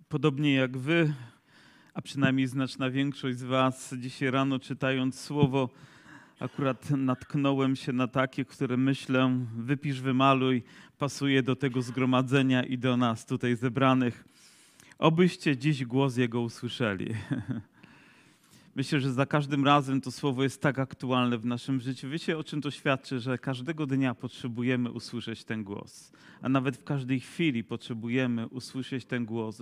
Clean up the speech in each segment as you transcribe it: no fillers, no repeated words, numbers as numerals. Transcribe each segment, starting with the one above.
Podobnie jak wy, a przynajmniej znaczna większość z was, dzisiaj rano czytając słowo, akurat natknąłem się na takie, które myślę, wypisz, wymaluj, pasuje do tego zgromadzenia i do nas tutaj zebranych. Obyście dziś głos Jego usłyszeli. Myślę, że za każdym razem to słowo jest tak aktualne w naszym życiu. Wiecie, o czym to świadczy? Że każdego dnia potrzebujemy usłyszeć ten głos. A nawet w każdej chwili potrzebujemy usłyszeć ten głos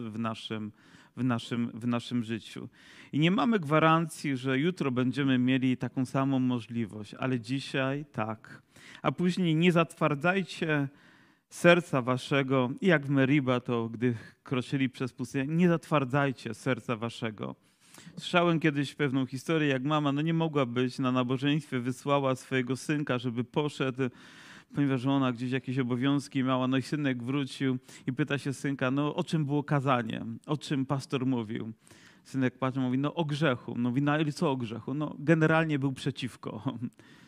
w naszym życiu. I nie mamy gwarancji, że jutro będziemy mieli taką samą możliwość, ale dzisiaj tak. A później nie zatwardzajcie serca waszego, i jak w Meriba, to gdy kroczyli przez pustynię, nie zatwardzajcie serca waszego. Słyszałem kiedyś pewną historię, jak mama nie mogła być na nabożeństwie, wysłała swojego synka, żeby poszedł, ponieważ ona gdzieś jakieś obowiązki miała. I synek wrócił i pyta się synka, o czym było kazanie, o czym pastor mówił. Synek patrzy, mówi, o grzechu. Mówi, ale co o grzechu? Generalnie był przeciwko.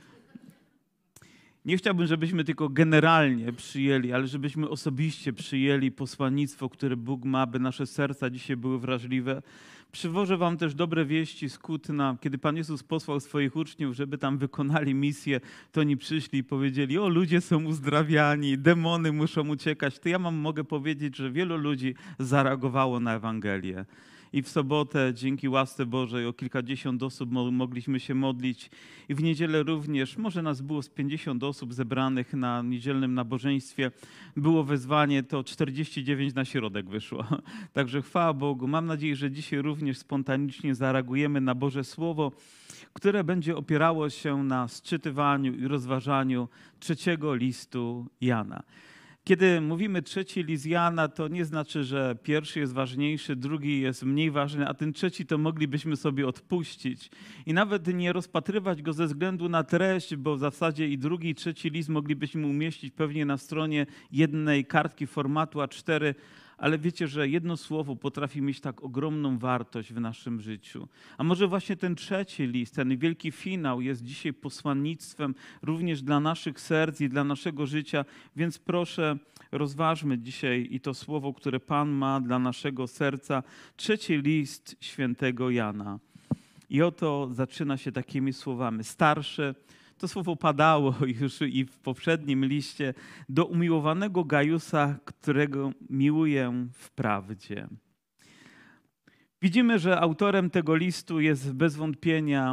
Nie chciałbym, żebyśmy tylko generalnie przyjęli, ale żebyśmy osobiście przyjęli posłannictwo, które Bóg ma, by nasze serca dzisiaj były wrażliwe. Przywożę wam też dobre wieści z Kutna. Kiedy Pan Jezus posłał swoich uczniów, żeby tam wykonali misję, to oni przyszli i powiedzieli, ludzie są uzdrawiani, demony muszą uciekać. To ja mogę powiedzieć, że wielu ludzi zareagowało na Ewangelię. I w sobotę dzięki łasce Bożej o kilkadziesiąt osób mogliśmy się modlić. I w niedzielę również, może nas było z 50 osób zebranych na niedzielnym nabożeństwie. Było wezwanie, to 49 na środek wyszło. Także chwała Bogu. Mam nadzieję, że dzisiaj również spontanicznie zareagujemy na Boże Słowo, które będzie opierało się na sczytywaniu i rozważaniu 3 listu Jana. Kiedy mówimy 3 list Jana, to nie znaczy, że pierwszy jest ważniejszy, drugi jest mniej ważny, a ten trzeci to moglibyśmy sobie odpuścić. I nawet nie rozpatrywać go ze względu na treść, bo w zasadzie i drugi, i 3 list moglibyśmy umieścić pewnie na stronie jednej kartki formatu A4, ale wiecie, że jedno słowo potrafi mieć tak ogromną wartość w naszym życiu. A może właśnie ten 3 list, ten wielki finał jest dzisiaj posłannictwem również dla naszych serc i dla naszego życia, więc proszę, rozważmy dzisiaj i to słowo, które Pan ma dla naszego serca. 3 list świętego Jana. I oto zaczyna się takimi słowami. Starsze, to słowo padało już i w poprzednim liście, do umiłowanego Gajusa, którego miłuję w prawdzie. Widzimy, że autorem tego listu jest bez wątpienia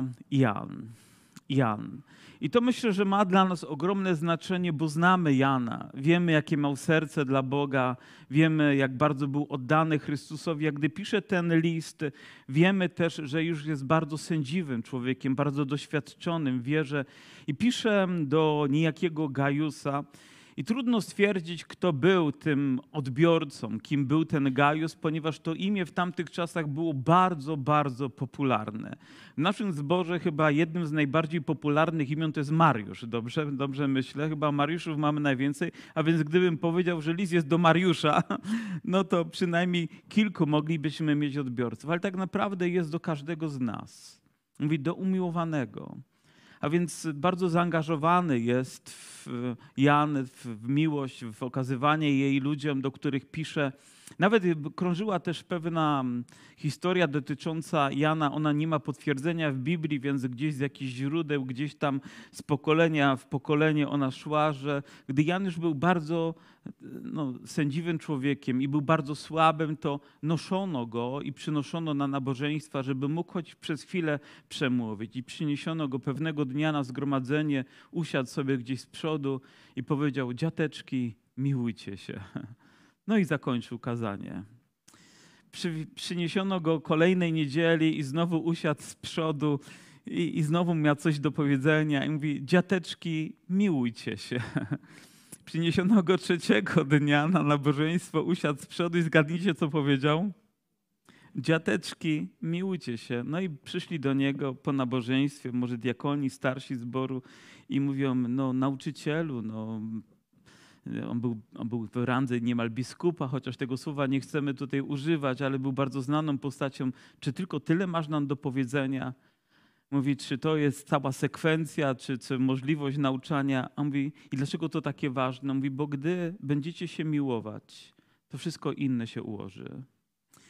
Jan. I to myślę, że ma dla nas ogromne znaczenie, bo znamy Jana. Wiemy, jakie miał serce dla Boga. Wiemy, jak bardzo był oddany Chrystusowi. Jak gdy pisze ten list, wiemy też, że już jest bardzo sędziwym człowiekiem, bardzo doświadczonym w wierze. I pisze do niejakiego Gajusa. I trudno stwierdzić, kto był tym odbiorcą, kim był ten Gajus, ponieważ to imię w tamtych czasach było bardzo, bardzo popularne. W naszym zborze chyba jednym z najbardziej popularnych imion to jest Mariusz. Dobrze myślę, chyba Mariuszów mamy najwięcej, a więc gdybym powiedział, że list jest do Mariusza, to przynajmniej kilku moglibyśmy mieć odbiorców, ale tak naprawdę jest do każdego z nas. Mówi do umiłowanego. A więc bardzo zaangażowany jest Jan w miłość, w okazywanie jej ludziom, do których pisze. Nawet krążyła też pewna historia dotycząca Jana. Ona nie ma potwierdzenia w Biblii, więc gdzieś z jakichś źródeł, gdzieś tam z pokolenia w pokolenie ona szła, że gdy Jan już był bardzo sędziwym człowiekiem i był bardzo słabym, to noszono go i przynoszono na nabożeństwa, żeby mógł choć przez chwilę przemówić. I przyniesiono go pewnego dnia na zgromadzenie, usiadł sobie gdzieś z przodu i powiedział: dziateczki, miłujcie się. I zakończył kazanie. Przyniesiono go kolejnej niedzieli i znowu usiadł z przodu i znowu miał coś do powiedzenia i mówi: dziateczki, miłujcie się. Przyniesiono go 3 dnia na nabożeństwo, usiadł z przodu i zgadnijcie, co powiedział? Dziateczki, miłujcie się. I przyszli do niego po nabożeństwie, może diakoni, starsi zboru i mówią: nauczycielu, on był w randze niemal biskupa, chociaż tego słowa nie chcemy tutaj używać, ale był bardzo znaną postacią. Czy tylko tyle masz nam do powiedzenia? Mówi, czy to jest cała sekwencja, czy możliwość nauczania? A on mówi, i dlaczego to takie ważne? On mówi, bo gdy będziecie się miłować, to wszystko inne się ułoży.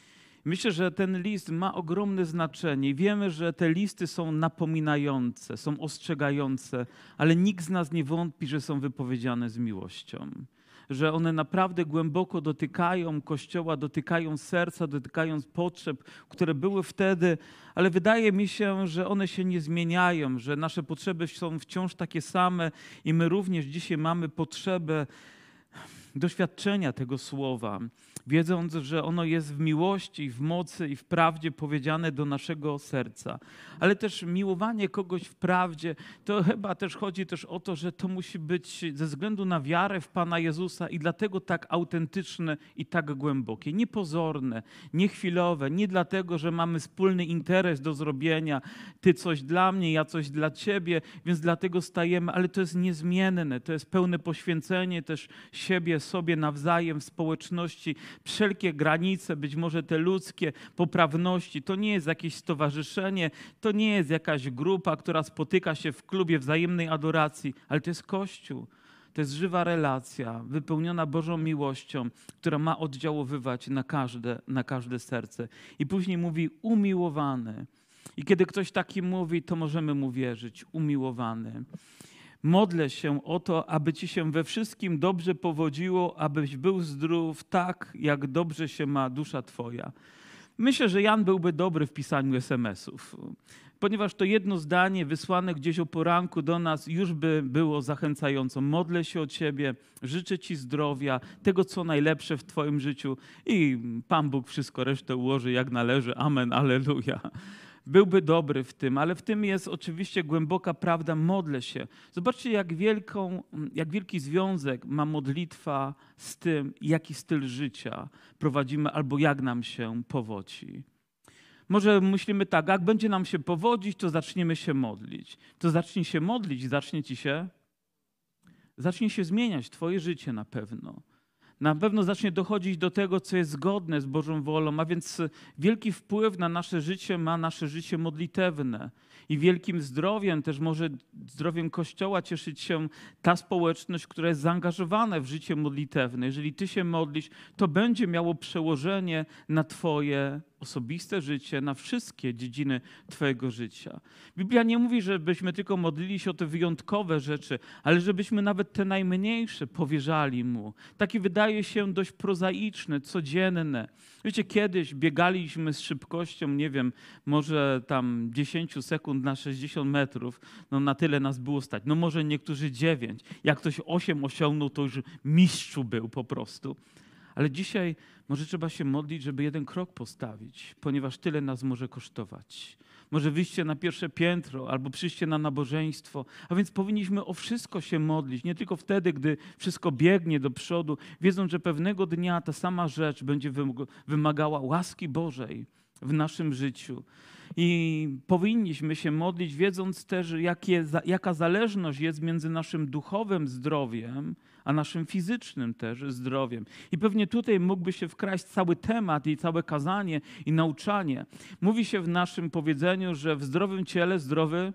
Myślę, że ten list ma ogromne znaczenie i wiemy, że te listy są napominające, są ostrzegające, ale nikt z nas nie wątpi, że są wypowiedziane z miłością. Że one naprawdę głęboko dotykają Kościoła, dotykają serca, dotykają potrzeb, które były wtedy, ale wydaje mi się, że one się nie zmieniają, że nasze potrzeby są wciąż takie same i my również dzisiaj mamy potrzebę doświadczenia tego słowa, wiedząc, że ono jest w miłości, w mocy i w prawdzie powiedziane do naszego serca. Ale też miłowanie kogoś w prawdzie, to chyba też chodzi też o to, że to musi być ze względu na wiarę w Pana Jezusa i dlatego tak autentyczne i tak głębokie. Niepozorne, niechwilowe, nie dlatego, że mamy wspólny interes do zrobienia, ty coś dla mnie, ja coś dla ciebie, więc dlatego stajemy, ale to jest niezmienne, to jest pełne poświęcenie też siebie, sobie nawzajem w społeczności, wszelkie granice, być może te ludzkie poprawności, to nie jest jakieś stowarzyszenie, to nie jest jakaś grupa, która spotyka się w klubie wzajemnej adoracji, ale to jest Kościół. To jest żywa relacja, wypełniona Bożą miłością, która ma oddziaływać na każde serce. I później mówi umiłowany. I kiedy ktoś taki mówi, to możemy mu wierzyć, umiłowany. Modlę się o to, aby ci się we wszystkim dobrze powodziło, abyś był zdrów tak, jak dobrze się ma dusza twoja. Myślę, że Jan byłby dobry w pisaniu SMS-ów, ponieważ to jedno zdanie wysłane gdzieś o poranku do nas już by było zachęcająco. Modlę się o ciebie, życzę ci zdrowia, tego co najlepsze w twoim życiu i Pan Bóg wszystko resztę ułoży jak należy. Amen, alleluja. Byłby dobry w tym, ale w tym jest oczywiście głęboka prawda, modlę się. Zobaczcie, jak wielki związek ma modlitwa z tym, jaki styl życia prowadzimy albo jak nam się powodzi. Może myślimy tak, jak będzie nam się powodzić, to zaczniemy się modlić. To zacznij się modlić, zacznie się zmieniać twoje życie na pewno. Na pewno zacznie dochodzić do tego, co jest zgodne z Bożą wolą, a więc wielki wpływ na nasze życie ma nasze życie modlitewne. I wielkim zdrowiem, też może zdrowiem Kościoła cieszyć się ta społeczność, która jest zaangażowana w życie modlitewne. Jeżeli ty się modlisz, to będzie miało przełożenie na twoje osobiste życie, na wszystkie dziedziny twojego życia. Biblia nie mówi, żebyśmy tylko modlili się o te wyjątkowe rzeczy, ale żebyśmy nawet te najmniejsze powierzali Mu. Takie wydaje się dość prozaiczne, codzienne. Wiecie, kiedyś biegaliśmy z szybkością, nie wiem, może tam 10 sekund na 60 metrów, no na tyle nas było stać. No może niektórzy 9. Jak ktoś 8 osiągnął, to już mistrzu był po prostu. Ale dzisiaj może trzeba się modlić, żeby jeden krok postawić, ponieważ tyle nas może kosztować. Może wyjście na pierwsze piętro albo przyjście na nabożeństwo, a więc powinniśmy o wszystko się modlić, nie tylko wtedy, gdy wszystko biegnie do przodu, wiedząc, że pewnego dnia ta sama rzecz będzie wymagała łaski Bożej w naszym życiu. I powinniśmy się modlić, wiedząc też, jaka zależność jest między naszym duchowym zdrowiem, a naszym fizycznym też zdrowiem. I pewnie tutaj mógłby się wkraść cały temat i całe kazanie i nauczanie. Mówi się w naszym powiedzeniu, że w zdrowym ciele zdrowy...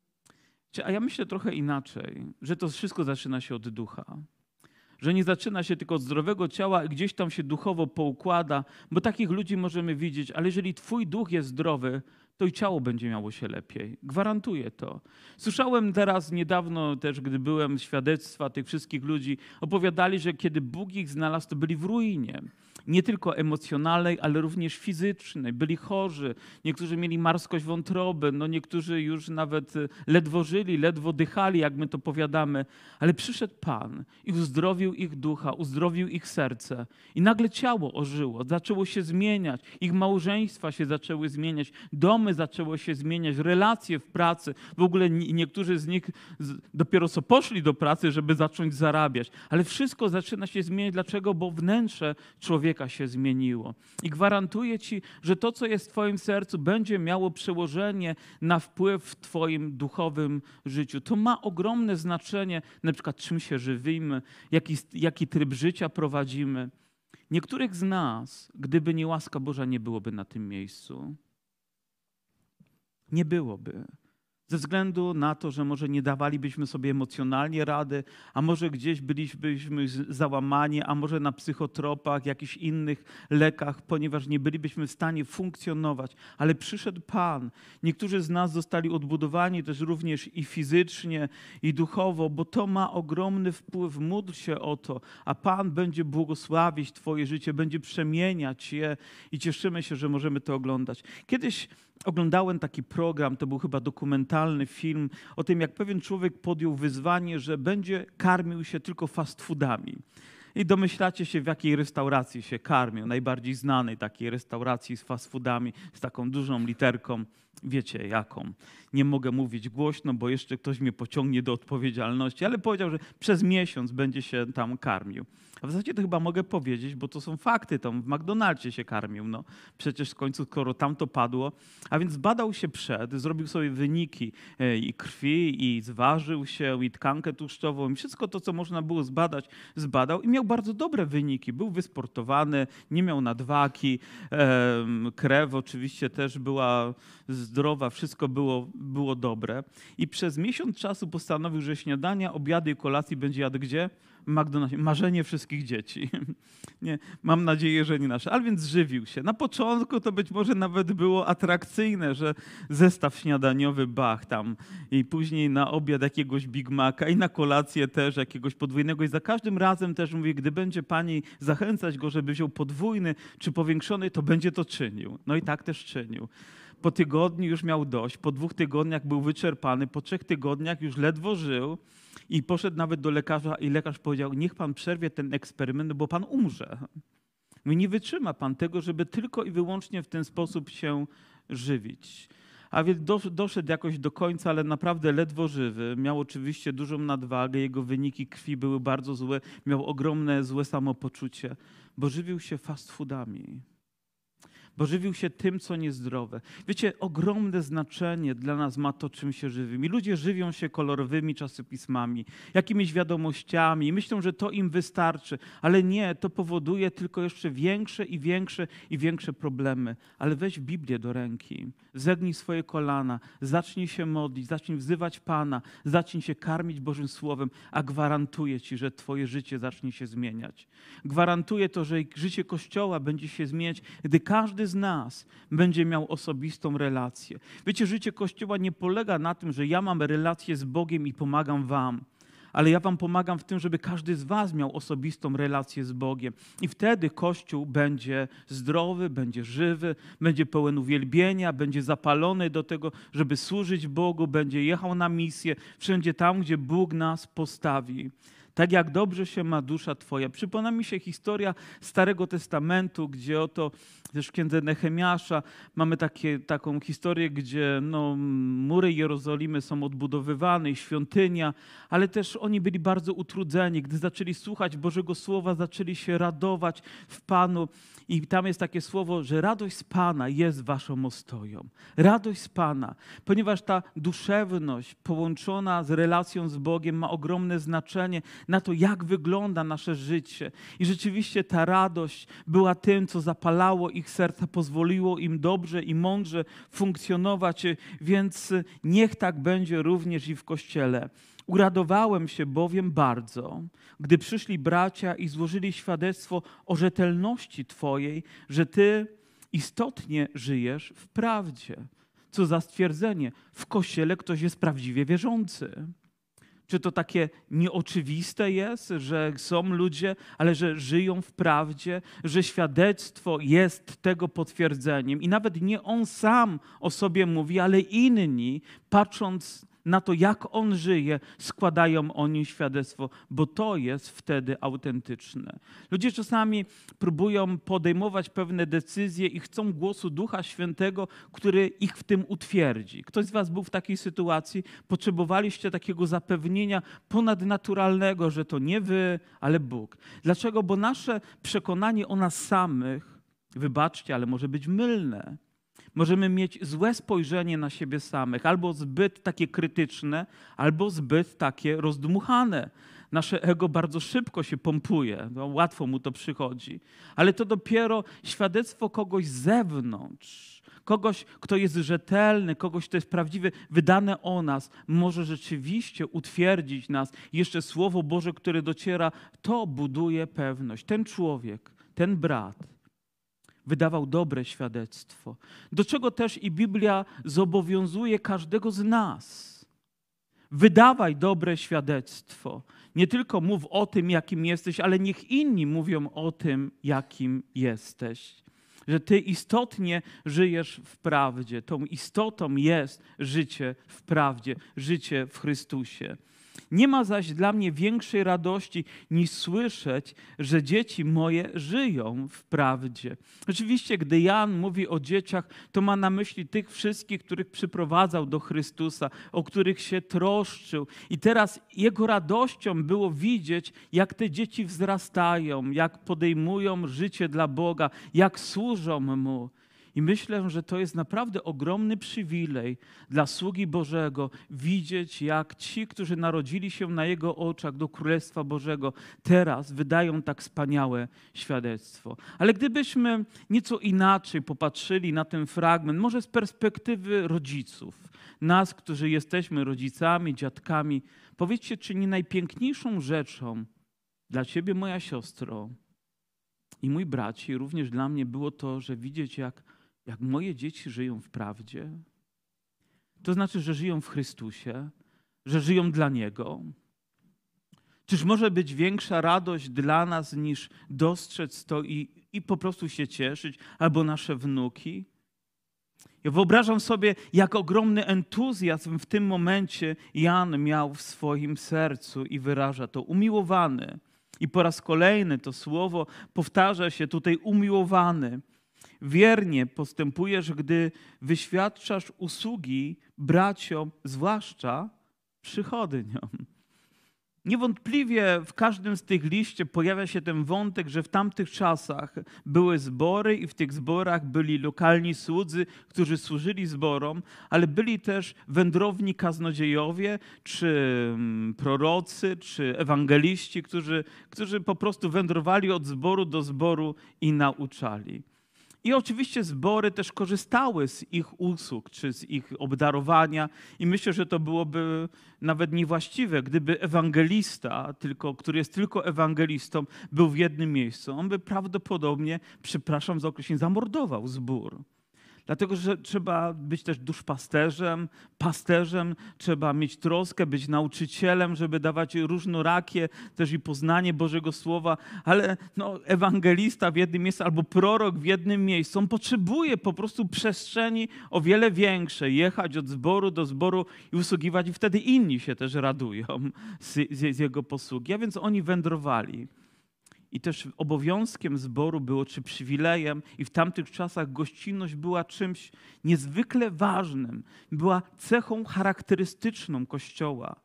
A ja myślę trochę inaczej, że to wszystko zaczyna się od ducha. Że nie zaczyna się tylko od zdrowego ciała i gdzieś tam się duchowo poukłada, bo takich ludzi możemy widzieć, ale jeżeli twój duch jest zdrowy, to i ciało będzie miało się lepiej. Gwarantuję to. Słyszałem teraz niedawno też, gdy byłem świadectwa tych wszystkich ludzi, opowiadali, że kiedy Bóg ich znalazł, to byli w ruinie. Nie tylko emocjonalnej, ale również fizycznej. Byli chorzy, niektórzy mieli marskość wątroby, no niektórzy już nawet ledwo żyli, ledwo dychali, jak my to powiadamy. Ale przyszedł Pan i uzdrowił ich ducha, uzdrowił ich serce. I nagle ciało ożyło, zaczęło się zmieniać. Ich małżeństwa się zaczęły zmieniać, domy zaczęły się zmieniać, relacje w pracy. W ogóle niektórzy z nich dopiero co poszli do pracy, żeby zacząć zarabiać. Ale wszystko zaczyna się zmieniać. Dlaczego? Bo wnętrze człowieka się zmieniło. I gwarantuję ci, że to, co jest w twoim sercu, będzie miało przełożenie na wpływ w twoim duchowym życiu. To ma ogromne znaczenie, na przykład czym się żywimy, jaki tryb życia prowadzimy. Niektórych z nas, gdyby nie łaska Boża, nie byłoby na tym miejscu. Nie byłoby. Ze względu na to, że może nie dawalibyśmy sobie emocjonalnie rady, a może gdzieś bylibyśmy załamani, a może na psychotropach, jakichś innych lekach, ponieważ nie bylibyśmy w stanie funkcjonować. Ale przyszedł Pan. Niektórzy z nas zostali odbudowani też również i fizycznie, i duchowo, bo to ma ogromny wpływ. Módl się o to, a Pan będzie błogosławić Twoje życie, będzie przemieniać je i cieszymy się, że możemy to oglądać. Kiedyś oglądałem taki program, to był chyba dokumentalny film o tym, jak pewien człowiek podjął wyzwanie, że będzie karmił się tylko fast foodami. I domyślacie się, w jakiej restauracji się karmią. Najbardziej znanej takiej restauracji z fast foodami, z taką dużą literką. Wiecie jaką. Nie mogę mówić głośno, bo jeszcze ktoś mnie pociągnie do odpowiedzialności, ale powiedział, że przez miesiąc będzie się tam karmił. A w zasadzie to chyba mogę powiedzieć, bo to są fakty, tam w McDonaldzie się karmił. No, przecież w końcu, skoro tam to padło. A więc badał się zrobił sobie wyniki i krwi, i zważył się, i tkankę tłuszczową, i wszystko to, co można było zbadać, zbadał i miał bardzo dobre wyniki. Był wysportowany, nie miał nadwagi, krew oczywiście też była zdrowa, wszystko było dobre. I przez miesiąc czasu postanowił, że śniadania, obiady i kolacji będzie jadł gdzie? W McDonaldzie. Marzenie wszystkich dzieci. Nie, mam nadzieję, że nie nasze. Ale więc żywił się. Na początku to być może nawet było atrakcyjne, że zestaw śniadaniowy bach tam i później na obiad jakiegoś Big Maca i na kolację też jakiegoś podwójnego. I za każdym razem też mówię, gdy będzie pani zachęcać go, żeby wziął podwójny czy powiększony, to będzie to czynił. No i tak też czynił. Po tygodniu już miał dość, po 2 tygodniach był wyczerpany, po 3 tygodniach już ledwo żył i poszedł nawet do lekarza i lekarz powiedział, niech pan przerwie ten eksperyment, bo pan umrze. Mówi, nie wytrzyma pan tego, żeby tylko i wyłącznie w ten sposób się żywić. A więc doszedł jakoś do końca, ale naprawdę ledwo żywy. Miał oczywiście dużą nadwagę, jego wyniki krwi były bardzo złe, miał ogromne złe samopoczucie, bo żywił się fast foodami. Bo żywił się tym, co niezdrowe. Wiecie, ogromne znaczenie dla nas ma to, czym się żywimy. Ludzie żywią się kolorowymi czasopismami, jakimiś wiadomościami i myślą, że to im wystarczy. Ale nie, to powoduje tylko jeszcze większe i większe i większe problemy. Ale weź Biblię do ręki, zegnij swoje kolana, zacznij się modlić, zacznij wzywać Pana, zacznij się karmić Bożym Słowem, a gwarantuję Ci, że Twoje życie zacznie się zmieniać. Gwarantuję to, że życie Kościoła będzie się zmieniać, gdy każdy z nas będzie miał osobistą relację. Wiecie, życie Kościoła nie polega na tym, że ja mam relację z Bogiem i pomagam wam, ale ja wam pomagam w tym, żeby każdy z was miał osobistą relację z Bogiem. I wtedy Kościół będzie zdrowy, będzie żywy, będzie pełen uwielbienia, będzie zapalony do tego, żeby służyć Bogu, będzie jechał na misję wszędzie tam, gdzie Bóg nas postawi. Tak jak dobrze się ma dusza Twoja. Przypomina mi się historia Starego Testamentu, gdzie oto też w księdze Nehemiasza mamy taką historię, gdzie mury Jerozolimy są odbudowywane i świątynia, ale też oni byli bardzo utrudzeni. Gdy zaczęli słuchać Bożego Słowa, zaczęli się radować w Panu. I tam jest takie słowo, że radość z Pana jest waszą ostoją. Radość z Pana, ponieważ ta duszewność połączona z relacją z Bogiem ma ogromne znaczenie na to, jak wygląda nasze życie. I rzeczywiście ta radość była tym, co zapalało ich serca, pozwoliło im dobrze i mądrze funkcjonować, więc niech tak będzie również i w Kościele. Uradowałem się bowiem bardzo, gdy przyszli bracia i złożyli świadectwo o rzetelności Twojej, że Ty istotnie żyjesz w prawdzie. Co za stwierdzenie, w Kościele ktoś jest prawdziwie wierzący. Czy to takie nieoczywiste jest, że są ludzie, ale że żyją w prawdzie, że świadectwo jest tego potwierdzeniem i nawet nie on sam o sobie mówi, ale inni, patrząc na to, jak on żyje, składają o nim świadectwo, bo to jest wtedy autentyczne. Ludzie czasami próbują podejmować pewne decyzje i chcą głosu Ducha Świętego, który ich w tym utwierdzi. Ktoś z was był w takiej sytuacji? Potrzebowaliście takiego zapewnienia ponadnaturalnego, że to nie wy, ale Bóg. Dlaczego? Bo nasze przekonanie o nas samych, wybaczcie, ale może być mylne. Możemy mieć złe spojrzenie na siebie samych, albo zbyt takie krytyczne, albo zbyt takie rozdmuchane. Nasze ego bardzo szybko się pompuje, łatwo mu to przychodzi. Ale to dopiero świadectwo kogoś z zewnątrz, kogoś, kto jest rzetelny, kogoś, kto jest prawdziwy, wydane o nas, może rzeczywiście utwierdzić nas. Jeszcze Słowo Boże, które dociera, to buduje pewność. Ten człowiek, ten brat wydawał dobre świadectwo, do czego też i Biblia zobowiązuje każdego z nas. Wydawaj dobre świadectwo. Nie tylko mów o tym, jakim jesteś, ale niech inni mówią o tym, jakim jesteś. Że ty istotnie żyjesz w prawdzie. Tą istotą jest życie w prawdzie, życie w Chrystusie. Nie ma zaś dla mnie większej radości niż słyszeć, że dzieci moje żyją w prawdzie. Oczywiście, gdy Jan mówi o dzieciach, to ma na myśli tych wszystkich, których przyprowadzał do Chrystusa, o których się troszczył. I teraz jego radością było widzieć, jak te dzieci wzrastają, jak podejmują życie dla Boga, jak służą Mu. I myślę, że to jest naprawdę ogromny przywilej dla sługi Bożego widzieć, jak ci, którzy narodzili się na Jego oczach do Królestwa Bożego, teraz wydają tak wspaniałe świadectwo. Ale gdybyśmy nieco inaczej popatrzyli na ten fragment, może z perspektywy rodziców, nas, którzy jesteśmy rodzicami, dziadkami, powiedzcie, czy nie najpiękniejszą rzeczą dla ciebie, moja siostro, i mój bracie, i również dla mnie było to, że widzieć, jak moje dzieci żyją w prawdzie, to znaczy, że żyją w Chrystusie, że żyją dla Niego. Czyż może być większa radość dla nas, niż dostrzec to i po prostu się cieszyć, albo nasze wnuki? Ja wyobrażam sobie, jak ogromny entuzjazm w tym momencie Jan miał w swoim sercu i wyraża to. Umiłowany. I po raz kolejny to słowo powtarza się tutaj, umiłowany. Wiernie postępujesz, gdy wyświadczasz usługi braciom, zwłaszcza przychodniom. Niewątpliwie w każdym z tych liści pojawia się ten wątek, że w tamtych czasach były zbory i w tych zborach byli lokalni słudzy, którzy służyli zborom, ale byli też wędrowni kaznodziejowie, czy prorocy, czy ewangeliści, którzy po prostu wędrowali od zboru do zboru i nauczali. I oczywiście zbory też korzystały z ich usług, czy z ich obdarowania i myślę, że to byłoby nawet niewłaściwe, gdyby ewangelista, który jest tylko ewangelistą, był w jednym miejscu. On by prawdopodobnie, przepraszam za określenie, zamordował zbór. Dlatego, że trzeba być też duszpasterzem, pasterzem, trzeba mieć troskę, być nauczycielem, żeby dawać różnorakie też i poznanie Bożego Słowa, ale ewangelista w jednym miejscu albo prorok w jednym miejscu, on potrzebuje po prostu przestrzeni o wiele większej, jechać od zboru do zboru i usługiwać i wtedy inni się też radują z jego posługi, a więc oni wędrowali. I też obowiązkiem zboru było, czy przywilejem, i w tamtych czasach gościnność była czymś niezwykle ważnym, była cechą charakterystyczną Kościoła.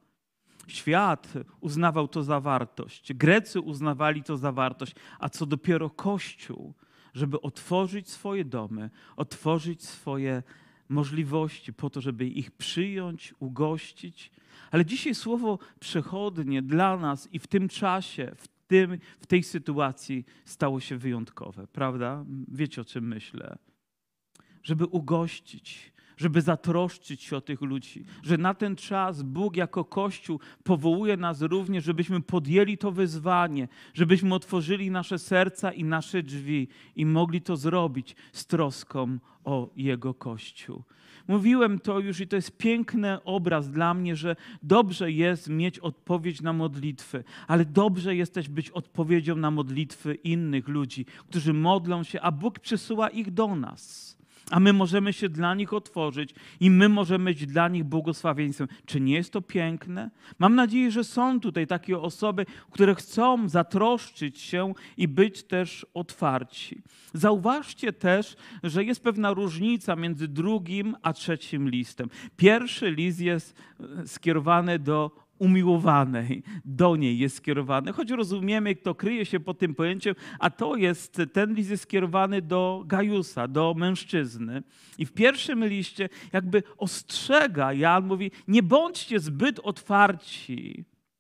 Świat uznawał to za wartość, Grecy uznawali to za wartość, a co dopiero Kościół, żeby otworzyć swoje domy, otworzyć swoje możliwości po to, żeby ich przyjąć, ugościć. Ale dzisiaj słowo przechodnie dla nas i w tym czasie, w tej sytuacji stało się wyjątkowe, prawda? Wiecie, o czym myślę. Żeby ugościć, żeby zatroszczyć się o tych ludzi, że na ten czas Bóg jako Kościół powołuje nas również, żebyśmy podjęli to wyzwanie, żebyśmy otworzyli nasze serca i nasze drzwi i mogli to zrobić z troską o Jego Kościół. Mówiłem to już i to jest piękny obraz dla mnie, że dobrze jest mieć odpowiedź na modlitwy, ale dobrze jest też być odpowiedzią na modlitwy innych ludzi, którzy modlą się, a Bóg przysyła ich do nas. A my możemy się dla nich otworzyć i my możemy być dla nich błogosławieństwem. Czy nie jest to piękne? Mam nadzieję, że są tutaj takie osoby, które chcą zatroszczyć się i być też otwarci. Zauważcie też, że jest pewna różnica między drugim a trzecim listem. Pierwszy list jest skierowany do umiłowanej, do niej jest skierowany, choć rozumiemy, kto kryje się pod tym pojęciem, a ten list jest skierowany do Gajusa, do mężczyzny. I w pierwszym liście jakby ostrzega, Jan mówi, nie bądźcie zbyt otwarci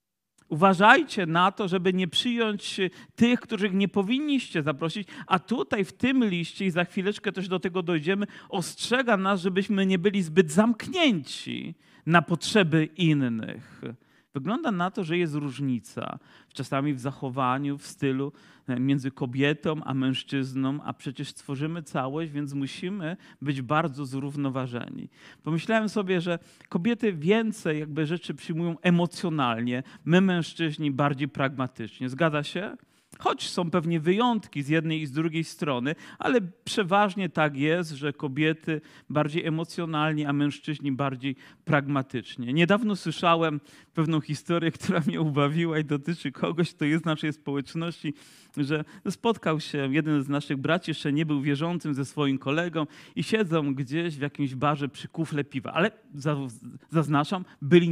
Uważajcie na to, żeby nie przyjąć tych, których nie powinniście zaprosić, a tutaj w tym liście, i za chwileczkę też do tego dojdziemy, ostrzega nas, żebyśmy nie byli zbyt zamknięci na potrzeby innych. Wygląda na to, że jest różnica czasami w zachowaniu, w stylu między kobietą a mężczyzną, a przecież tworzymy całość, więc musimy być bardzo zrównoważeni. Pomyślałem sobie, że kobiety więcej jakby rzeczy przyjmują emocjonalnie, my mężczyźni bardziej pragmatycznie. Zgadza się? Choć są pewnie wyjątki z jednej i z drugiej strony, ale przeważnie tak jest, że kobiety bardziej emocjonalnie, a mężczyźni bardziej pragmatycznie. Niedawno słyszałem pewną historię, która mnie ubawiła i dotyczy kogoś, kto jest w naszej społeczności, że spotkał się jeden z naszych braci, jeszcze nie był wierzącym, ze swoim kolegą i siedzą gdzieś w jakimś barze przy kufle piwa, ale zaznaczam,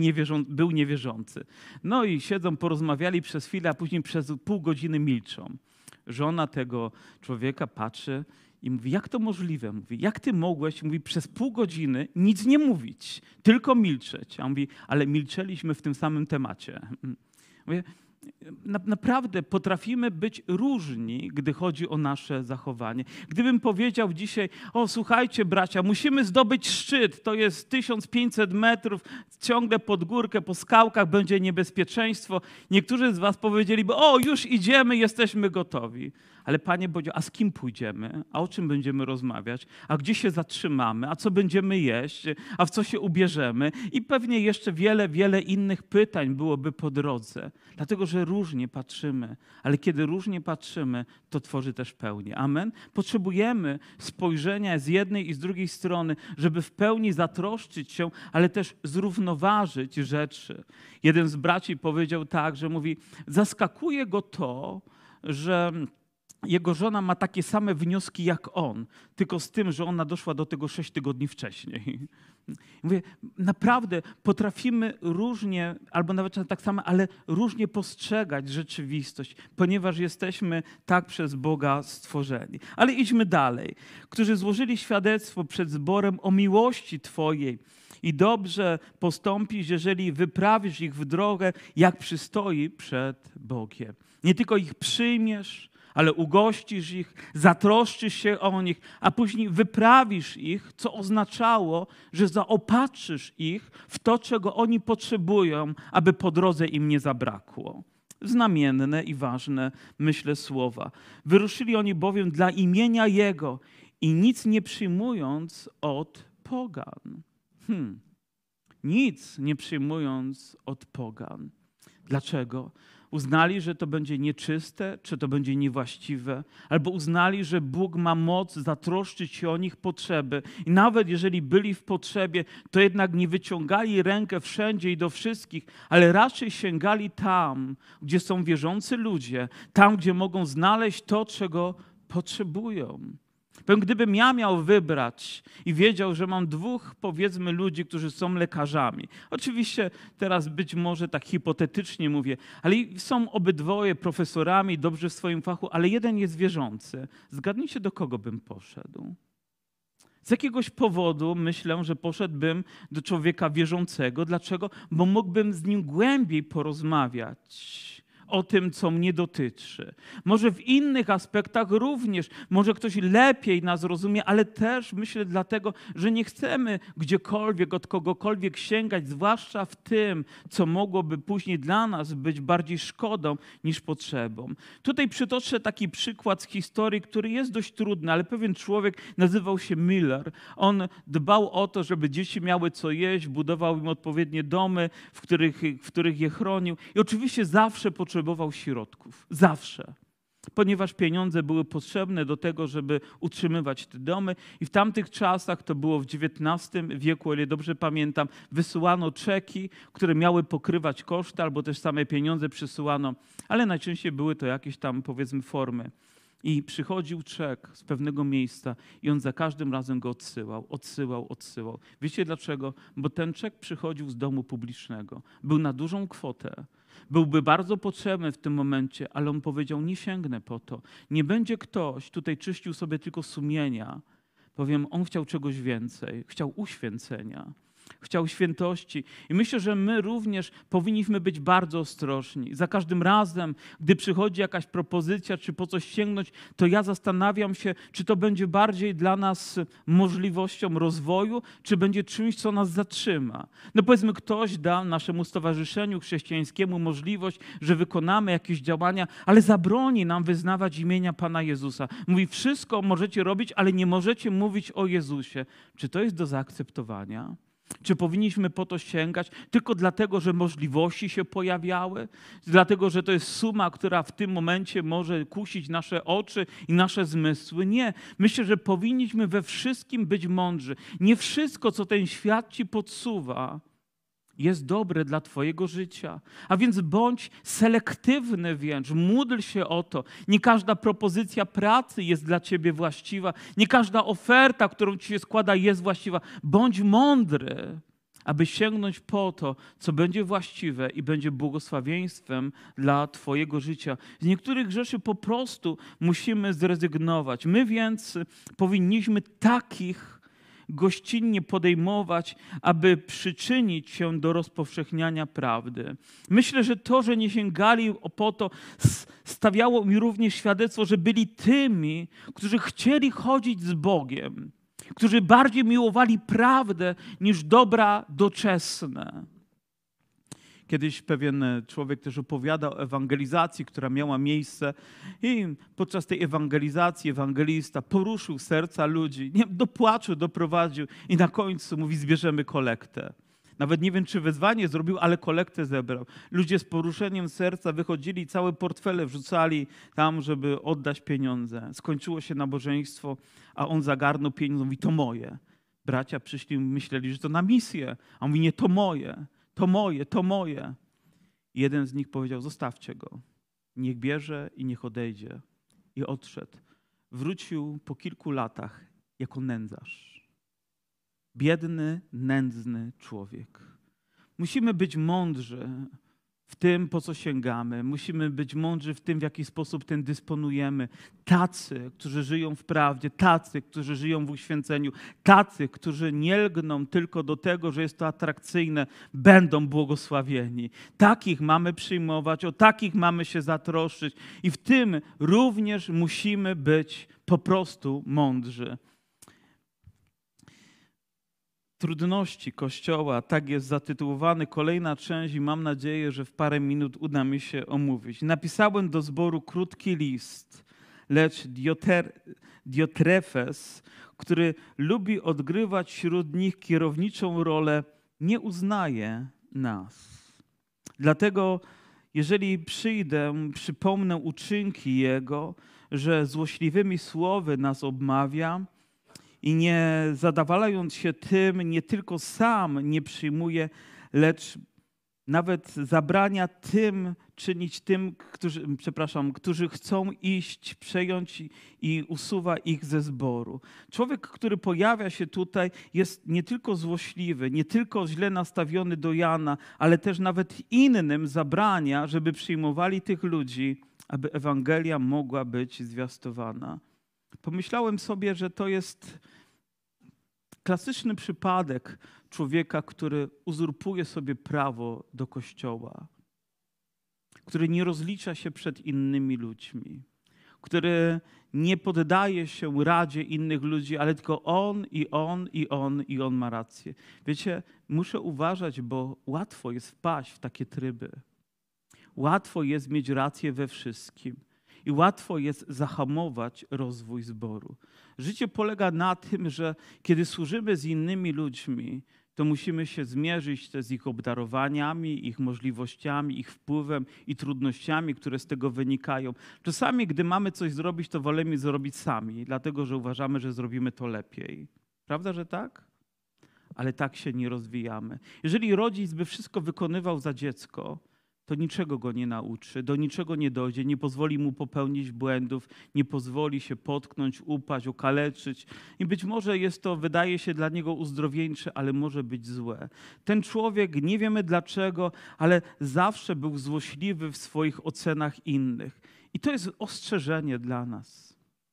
był niewierzący. No i siedzą, porozmawiali przez chwilę, a później przez pół godziny milczą. Żona tego człowieka patrzy i mówi, jak to możliwe? Mówi, jak ty mogłeś, mówi, przez pół godziny nic nie mówić, tylko milczeć. A on mówi, ale milczeliśmy w tym samym temacie. Mówię, naprawdę potrafimy być różni, gdy chodzi o nasze zachowanie. Gdybym powiedział dzisiaj, słuchajcie bracia, musimy zdobyć szczyt, to jest 1500 metrów, ciągle pod górkę, po skałkach będzie niebezpieczeństwo. Niektórzy z was powiedzieliby, już idziemy, jesteśmy gotowi. Ale Panie powiedział, a z kim pójdziemy? A o czym będziemy rozmawiać? A gdzie się zatrzymamy? A co będziemy jeść? A w co się ubierzemy? I pewnie jeszcze wiele innych pytań byłoby po drodze. Dlatego, że różnie patrzymy. Ale kiedy różnie patrzymy, to tworzy też pełnię. Amen? Potrzebujemy spojrzenia z jednej i z drugiej strony, żeby w pełni zatroszczyć się, ale też zrównoważyć rzeczy. Jeden z braci powiedział tak, że mówi, zaskakuje go to, że jego żona ma takie same wnioski jak on, tylko z tym, że ona doszła do tego 6 tygodni wcześniej. Mówię, naprawdę potrafimy różnie, albo nawet tak samo, ale różnie postrzegać rzeczywistość, ponieważ jesteśmy tak przez Boga stworzeni. Ale idźmy dalej. Którzy złożyli świadectwo przed zborem o miłości Twojej i dobrze postąpisz, jeżeli wyprawisz ich w drogę, jak przystoi przed Bogiem. Nie tylko ich przyjmiesz, ale ugościsz ich, zatroszczysz się o nich, a później wyprawisz ich, co oznaczało, że zaopatrzysz ich w to, czego oni potrzebują, aby po drodze im nie zabrakło. Znamienne i ważne, myślę, słowa. Wyruszyli oni bowiem dla imienia Jego i nic nie przyjmując od pogan. Nic nie przyjmując od pogan. Dlaczego? Uznali, że to będzie nieczyste, czy to będzie niewłaściwe, albo uznali, że Bóg ma moc zatroszczyć się o nich potrzeby. I nawet jeżeli byli w potrzebie, to jednak nie wyciągali rękę wszędzie i do wszystkich, ale raczej sięgali tam, gdzie są wierzący ludzie, tam, gdzie mogą znaleźć to, czego potrzebują. Gdybym ja miał wybrać i wiedział, że mam dwóch, powiedzmy, ludzi, którzy są lekarzami. Oczywiście teraz być może tak hipotetycznie mówię, ale są obydwoje profesorami, dobrzy w swoim fachu, ale jeden jest wierzący. Zgadnijcie, do kogo bym poszedł. Z jakiegoś powodu myślę, że poszedłbym do człowieka wierzącego. Dlaczego? Bo mógłbym z nim głębiej porozmawiać o tym, co mnie dotyczy. Może w innych aspektach również, może ktoś lepiej nas rozumie, ale też myślę dlatego, że nie chcemy gdziekolwiek, od kogokolwiek sięgać, zwłaszcza w tym, co mogłoby później dla nas być bardziej szkodą niż potrzebą. Tutaj przytoczę taki przykład z historii, który jest dość trudny, ale pewien człowiek nazywał się Miller. On dbał o to, żeby dzieci miały co jeść, budował im odpowiednie domy, w których je chronił i oczywiście zawsze potrzebował środków. Zawsze. Ponieważ pieniądze były potrzebne do tego, żeby utrzymywać te domy i w tamtych czasach, to było w XIX wieku, o ile dobrze pamiętam, wysyłano czeki, które miały pokrywać koszty, albo też same pieniądze przysyłano, ale najczęściej były to jakieś tam, powiedzmy, formy. I przychodził czek z pewnego miejsca i on za każdym razem go odsyłał. Wiecie dlaczego? Bo ten czek przychodził z domu publicznego. Był na dużą kwotę. Byłby bardzo potrzebny w tym momencie, ale on powiedział, nie sięgnę po to. Nie będzie ktoś tutaj czyścił sobie tylko sumienia. Powiem, on chciał czegoś więcej. Chciał uświęcenia. chciał świętości. I myślę, że my również powinniśmy być bardzo ostrożni. Za każdym razem, gdy przychodzi jakaś propozycja, czy po coś sięgnąć, to ja zastanawiam się, czy to będzie bardziej dla nas możliwością rozwoju, czy będzie czymś, co nas zatrzyma. No powiedzmy, ktoś da naszemu stowarzyszeniu chrześcijańskiemu możliwość, że wykonamy jakieś działania, ale zabroni nam wyznawać imienia Pana Jezusa. Mówi, wszystko możecie robić, ale nie możecie mówić o Jezusie. Czy to jest do zaakceptowania? Czy powinniśmy po to sięgać tylko dlatego, że możliwości się pojawiały? Dlatego, że to jest suma, która w tym momencie może kusić nasze oczy i nasze zmysły? Nie. Myślę, że powinniśmy we wszystkim być mądrzy. Nie wszystko, co ten świat ci podsuwa, jest dobre dla twojego życia. A więc bądź selektywny wręcz, módl się o to. Nie każda propozycja pracy jest dla ciebie właściwa. Nie każda oferta, którą ci się składa, jest właściwa. Bądź mądry, aby sięgnąć po to, co będzie właściwe i będzie błogosławieństwem dla twojego życia. Z niektórych rzeczy po prostu musimy zrezygnować. My więc powinniśmy takich gościnnie podejmować, aby przyczynić się do rozpowszechniania prawdy. Myślę, że to, że nie sięgali po to, stawiało mi również świadectwo, że byli tymi, którzy chcieli chodzić z Bogiem, którzy bardziej miłowali prawdę niż dobra doczesne. Kiedyś pewien człowiek też opowiadał o ewangelizacji, która miała miejsce i podczas tej ewangelizacji ewangelista poruszył serca ludzi, do płaczu doprowadził i na końcu mówi, zbierzemy kolektę. Nawet nie wiem, czy wezwanie zrobił, ale kolektę zebrał. Ludzie z poruszeniem serca wychodzili, całe portfele wrzucali tam, żeby oddać pieniądze. Skończyło się nabożeństwo, a on zagarnął pieniądze, mówi, to moje. Bracia przyszli, myśleli, że to na misję, a on mówi, nie, to moje. To moje, to moje. Jeden z nich powiedział, zostawcie go. Niech bierze i niech odejdzie. I odszedł. Wrócił po kilku latach jako nędzarz. Biedny, nędzny człowiek. Musimy być mądrzy w tym, po co sięgamy. Musimy być mądrzy w tym, w jaki sposób tym dysponujemy. Tacy, którzy żyją w prawdzie, tacy, którzy żyją w uświęceniu, tacy, którzy nie lgną tylko do tego, że jest to atrakcyjne, będą błogosławieni. Takich mamy przyjmować, o takich mamy się zatroszczyć i w tym również musimy być po prostu mądrzy. Trudności Kościoła, tak jest zatytułowany kolejna część i mam nadzieję, że w parę minut uda mi się omówić. Napisałem do zboru krótki list, lecz Diotrefes, który lubi odgrywać wśród nich kierowniczą rolę, nie uznaje nas. Dlatego, jeżeli przyjdę, przypomnę uczynki Jego, że złośliwymi słowy nas obmawia, i nie zadawalając się tym, nie tylko sam nie przyjmuje, lecz nawet zabrania tym czynić tym, którzy chcą iść, przejąć i usuwa ich ze zboru. Człowiek, który pojawia się tutaj, jest nie tylko złośliwy, nie tylko źle nastawiony do Jana, ale też nawet innym zabrania, żeby przyjmowali tych ludzi, aby Ewangelia mogła być zwiastowana. Pomyślałem sobie, że to jest klasyczny przypadek człowieka, który uzurpuje sobie prawo do Kościoła, który nie rozlicza się przed innymi ludźmi, który nie poddaje się radzie innych ludzi, ale tylko on ma rację. Wiecie, muszę uważać, bo łatwo jest wpaść w takie tryby. Łatwo jest mieć rację we wszystkim. I łatwo jest zahamować rozwój zboru. Życie polega na tym, że kiedy służymy z innymi ludźmi, to musimy się zmierzyć z ich obdarowaniami, ich możliwościami, ich wpływem i trudnościami, które z tego wynikają. Czasami, gdy mamy coś zrobić, to wolimy zrobić sami, dlatego że uważamy, że zrobimy to lepiej. Prawda, że tak? Ale tak się nie rozwijamy. Jeżeli rodzic by wszystko wykonywał za dziecko, to niczego go nie nauczy, do niczego nie dojdzie, nie pozwoli mu popełnić błędów, nie pozwoli się potknąć, upaść, okaleczyć. I być może jest to, wydaje się dla niego uzdrowieńcze, ale może być złe. Ten człowiek, nie wiemy dlaczego, ale zawsze był złośliwy w swoich ocenach innych. I to jest ostrzeżenie dla nas.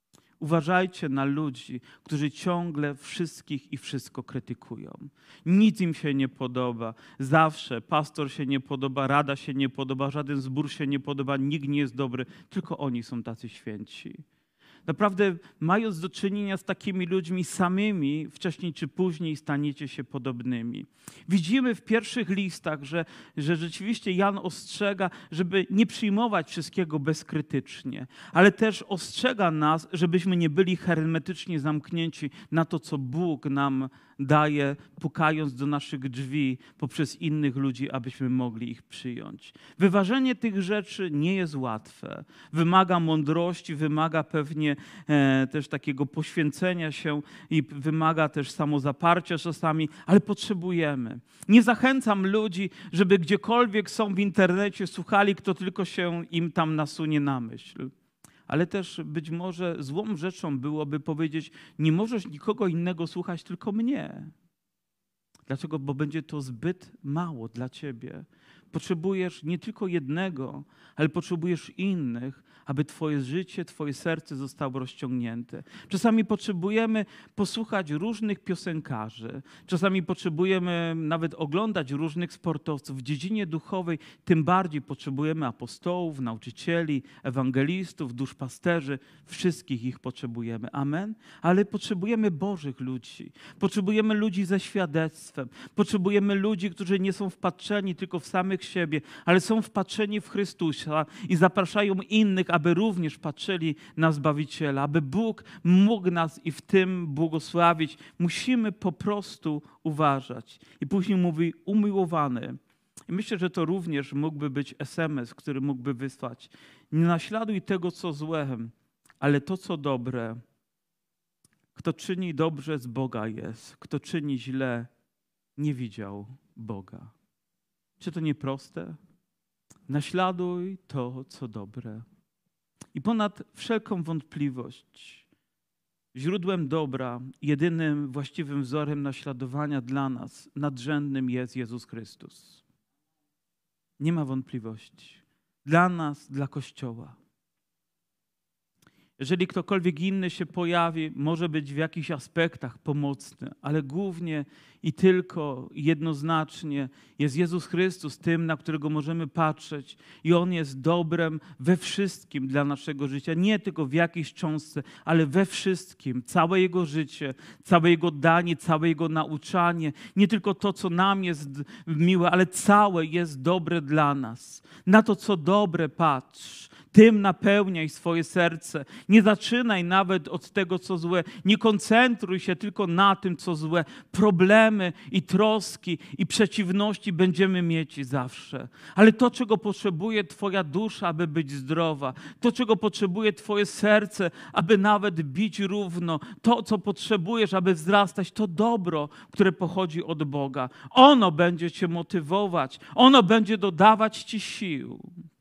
Uważajcie na ludzi, którzy ciągle wszystkich i wszystko krytykują. Nic im się nie podoba. Zawsze pastor się nie podoba, rada się nie podoba, żaden zbór się nie podoba, nikt nie jest dobry, tylko oni są tacy święci. Naprawdę, mając do czynienia z takimi ludźmi samymi, wcześniej czy później staniecie się podobnymi. Widzimy w pierwszych listach, że rzeczywiście Jan ostrzega, żeby nie przyjmować wszystkiego bezkrytycznie, ale też ostrzega nas, żebyśmy nie byli hermetycznie zamknięci na to, co Bóg nam daje, pukając do naszych drzwi poprzez innych ludzi, abyśmy mogli ich przyjąć. Wyważenie tych rzeczy nie jest łatwe. Wymaga mądrości, wymaga pewnie też takiego poświęcenia się i wymaga też samozaparcia czasami, ale potrzebujemy. Nie zachęcam ludzi, żeby gdziekolwiek są w internecie, słuchali, kto tylko się im tam nasunie na myśl. Ale też być może złą rzeczą byłoby powiedzieć, nie możesz nikogo innego słuchać, tylko mnie. Dlaczego? Bo będzie to zbyt mało dla ciebie. Potrzebujesz nie tylko jednego, ale potrzebujesz innych, aby twoje życie, twoje serce zostało rozciągnięte. Czasami potrzebujemy posłuchać różnych piosenkarzy. Czasami potrzebujemy nawet oglądać różnych sportowców. W dziedzinie duchowej tym bardziej potrzebujemy apostołów, nauczycieli, ewangelistów, duszpasterzy. Wszystkich ich potrzebujemy. Amen? Ale potrzebujemy Bożych ludzi. Potrzebujemy ludzi ze świadectwem. Potrzebujemy ludzi, którzy nie są wpatrzeni tylko w samych siebie, ale są wpatrzeni w Chrystusa i zapraszają innych, aby również patrzyli na Zbawiciela, aby Bóg mógł nas i w tym błogosławić. Musimy po prostu uważać. I później mówi umiłowany. I myślę, że to również mógłby być SMS, który mógłby wysłać. Nie naśladuj tego, co złe, ale to, co dobre. Kto czyni dobrze, z Boga jest. Kto czyni źle, nie widział Boga. Czy to nie proste? Naśladuj to, co dobre. I ponad wszelką wątpliwość, źródłem dobra, jedynym właściwym wzorem naśladowania dla nas, nadrzędnym jest Jezus Chrystus. Nie ma wątpliwości. Dla nas, dla Kościoła. Jeżeli ktokolwiek inny się pojawi, może być w jakichś aspektach pomocny, ale głównie i tylko jednoznacznie jest Jezus Chrystus tym, na którego możemy patrzeć i On jest dobrem we wszystkim dla naszego życia. Nie tylko w jakiejś cząstce, ale we wszystkim. Całe Jego życie, całe Jego danie, całe Jego nauczanie. Nie tylko to, co nam jest miłe, ale całe jest dobre dla nas. Na to, co dobre patrz. Tym napełniaj swoje serce. Nie zaczynaj nawet od tego, co złe. Nie koncentruj się tylko na tym, co złe. Problemy i troski i przeciwności będziemy mieć zawsze. Ale to, czego potrzebuje twoja dusza, aby być zdrowa, to, czego potrzebuje twoje serce, aby nawet bić równo, to, co potrzebujesz, aby wzrastać, to dobro, które pochodzi od Boga. Ono będzie cię motywować. Ono będzie dodawać ci sił.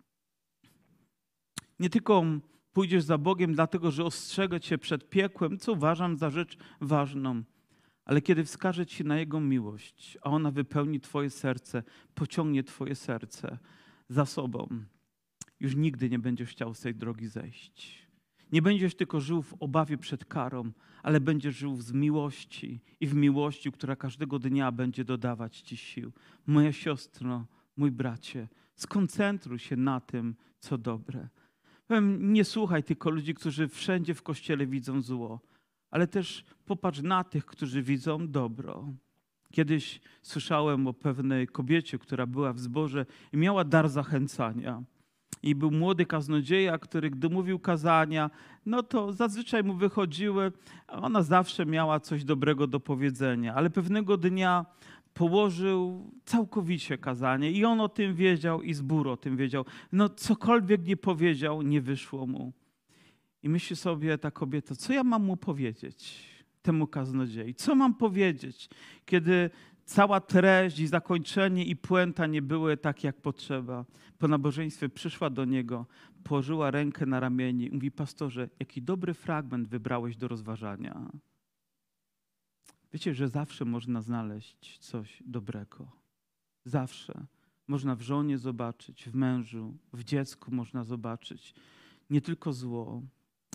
Nie tylko pójdziesz za Bogiem dlatego, że ostrzega cię przed piekłem, co uważam za rzecz ważną, ale kiedy wskaże ci na Jego miłość, a ona wypełni twoje serce, pociągnie twoje serce za sobą, już nigdy nie będziesz chciał z tej drogi zejść. Nie będziesz tylko żył w obawie przed karą, ale będziesz żył z miłości i w miłości, która każdego dnia będzie dodawać ci sił. Moja siostro, mój bracie, skoncentruj się na tym, co dobre. Nie słuchaj tylko ludzi, którzy wszędzie w Kościele widzą zło, ale też popatrz na tych, którzy widzą dobro. Kiedyś słyszałem o pewnej kobiecie, która była w zborze i miała dar zachęcania. I był młody kaznodzieja, który gdy mówił kazania, no to zazwyczaj mu wychodziły, a ona zawsze miała coś dobrego do powiedzenia. Ale pewnego dnia położył całkowicie kazanie i on o tym wiedział i zbór o tym wiedział. No cokolwiek nie powiedział, nie wyszło mu. I myśli sobie ta kobieta, co ja mam mu powiedzieć, temu kaznodziei? Co mam powiedzieć, kiedy cała treść i zakończenie i puenta nie były tak, jak potrzeba? Po nabożeństwie przyszła do niego, położyła rękę na ramieniu i mówi, pastorze, jaki dobry fragment wybrałeś do rozważania. Wiecie, że zawsze można znaleźć coś dobrego. Zawsze. Można w żonie zobaczyć, w mężu, w dziecku można zobaczyć nie tylko zło.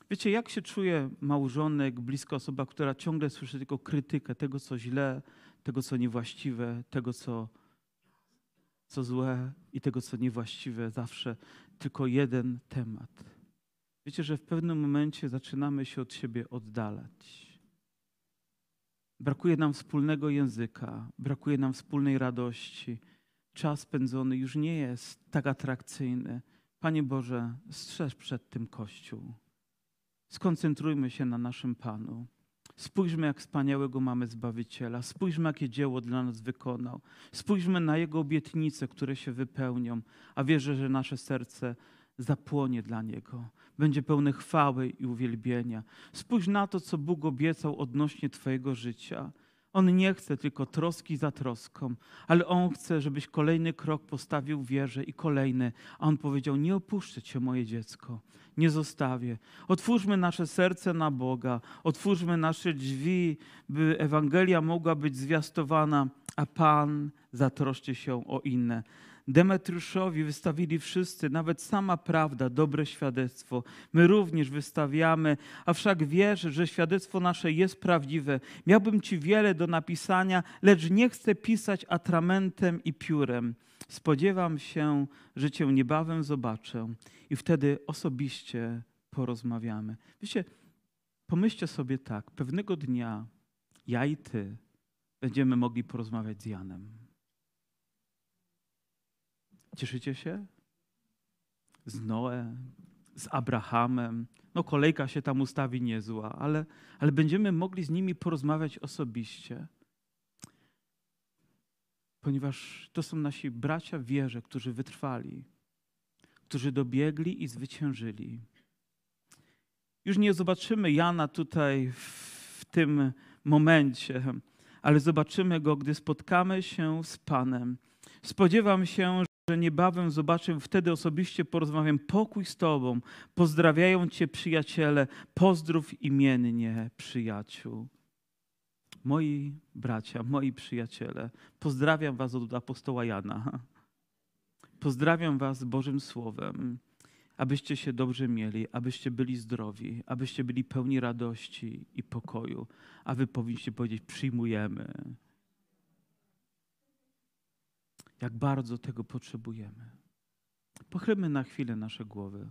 Wiecie, jak się czuje małżonek, bliska osoba, która ciągle słyszy tylko krytykę tego, co źle, tego, co niewłaściwe, tego, co złe i tego, co niewłaściwe. Zawsze tylko jeden temat. Wiecie, że w pewnym momencie zaczynamy się od siebie oddalać. Brakuje nam wspólnego języka, brakuje nam wspólnej radości. Czas spędzony już nie jest tak atrakcyjny. Panie Boże, strzeż przed tym Kościół. Skoncentrujmy się na naszym Panu. Spójrzmy, jak wspaniałego mamy Zbawiciela. Spójrzmy, jakie dzieło dla nas wykonał. Spójrzmy na Jego obietnice, które się wypełnią, a wierzę, że nasze serce zapłonie dla Niego. Będzie pełne chwały i uwielbienia. Spójrz na to, co Bóg obiecał odnośnie Twojego życia. On nie chce tylko troski za troską, ale On chce, żebyś kolejny krok postawił w wierze i kolejny. A On powiedział, nie opuszczę Cię, moje dziecko, nie zostawię. Otwórzmy nasze serce na Boga, otwórzmy nasze drzwi, by Ewangelia mogła być zwiastowana, a Pan zatroszczy się o inne. Demetriuszowi wystawili wszyscy, nawet sama prawda, dobre świadectwo. My również wystawiamy, a wszak wiesz, że świadectwo nasze jest prawdziwe. Miałbym Ci wiele do napisania, lecz nie chcę pisać atramentem i piórem. Spodziewam się, że Cię niebawem zobaczę i wtedy osobiście porozmawiamy. Wiecie, pomyślcie sobie tak, pewnego dnia ja i Ty będziemy mogli porozmawiać z Janem. Cieszycie się? Z Noe, z Abrahamem. No kolejka się tam ustawi niezła, ale będziemy mogli z nimi porozmawiać osobiście. Ponieważ to są nasi bracia w wierze, którzy wytrwali, którzy dobiegli i zwyciężyli. Już nie zobaczymy Jana tutaj w tym momencie, ale zobaczymy go, gdy spotkamy się z Panem. Spodziewam się, że niebawem zobaczę, wtedy osobiście porozmawiam. Pokój z Tobą. Pozdrawiają Cię przyjaciele. Pozdrów imiennie przyjaciół. Moi bracia, moi przyjaciele, pozdrawiam Was od apostoła Jana. Pozdrawiam Was Bożym Słowem, abyście się dobrze mieli, abyście byli zdrowi, abyście byli pełni radości i pokoju. A Wy powinniście powiedzieć, przyjmujemy. Jak bardzo tego potrzebujemy. Pochylmy na chwilę nasze głowy.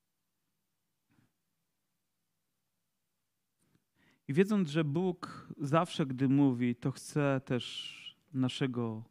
I wiedząc, że Bóg zawsze, gdy mówi, to chce też naszego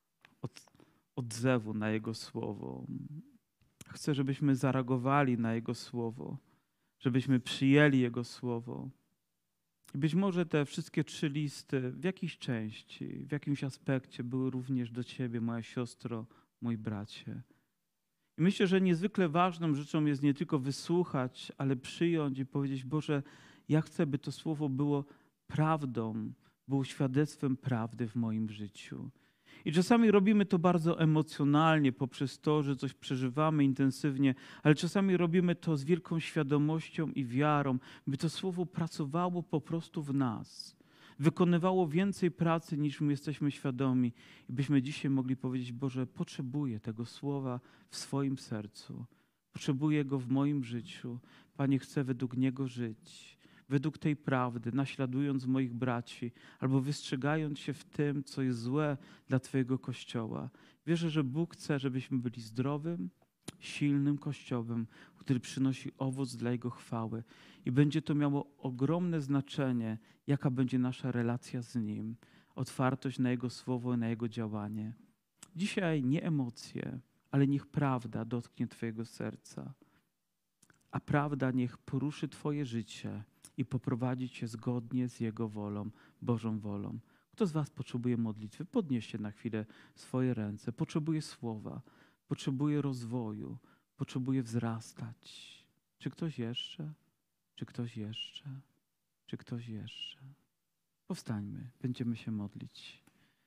odzewu na Jego Słowo. Chce, żebyśmy zareagowali na Jego Słowo, żebyśmy przyjęli Jego Słowo. I być może te wszystkie 3 listy w jakiejś części, w jakimś aspekcie były również do Ciebie, moja siostro, mój bracie. I myślę, że niezwykle ważną rzeczą jest nie tylko wysłuchać, ale przyjąć i powiedzieć, Boże, ja chcę, by to Słowo było prawdą, było świadectwem prawdy w moim życiu. I czasami robimy to bardzo emocjonalnie poprzez to, że coś przeżywamy intensywnie, ale czasami robimy to z wielką świadomością i wiarą, by to Słowo pracowało po prostu w nas. Wykonywało więcej pracy, niż my jesteśmy świadomi. I byśmy dzisiaj mogli powiedzieć, Boże, potrzebuję tego Słowa w swoim sercu. Potrzebuję Go w moim życiu. Panie, chcę według Niego żyć. Według tej prawdy, naśladując moich braci, albo wystrzegając się w tym, co jest złe dla Twojego Kościoła. Wierzę, że Bóg chce, żebyśmy byli zdrowym, silnym Kościołem, który przynosi owoc dla Jego chwały. I będzie to miało ogromne znaczenie, jaka będzie nasza relacja z Nim, otwartość na Jego Słowo i na Jego działanie. Dzisiaj nie emocje, ale niech prawda dotknie Twojego serca, a prawda niech poruszy Twoje życie i poprowadzi Cię zgodnie z Jego wolą, Bożą wolą. Kto z Was potrzebuje modlitwy? Podnieście na chwilę swoje ręce. Potrzebuje słowa, potrzebuje rozwoju, potrzebuje wzrastać. Czy ktoś jeszcze? Czy ktoś jeszcze? Czy ktoś jeszcze? Powstańmy, będziemy się modlić.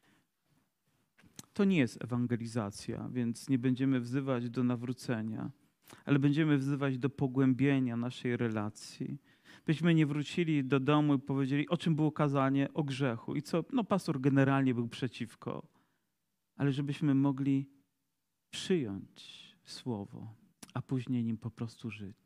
To nie jest ewangelizacja, więc nie będziemy wzywać do nawrócenia, ale będziemy wzywać do pogłębienia naszej relacji. Byśmy nie wrócili do domu i powiedzieli, o czym było kazanie? O grzechu. I co? No pastor generalnie był przeciwko. Ale żebyśmy mogli przyjąć słowo, a później nim po prostu żyć.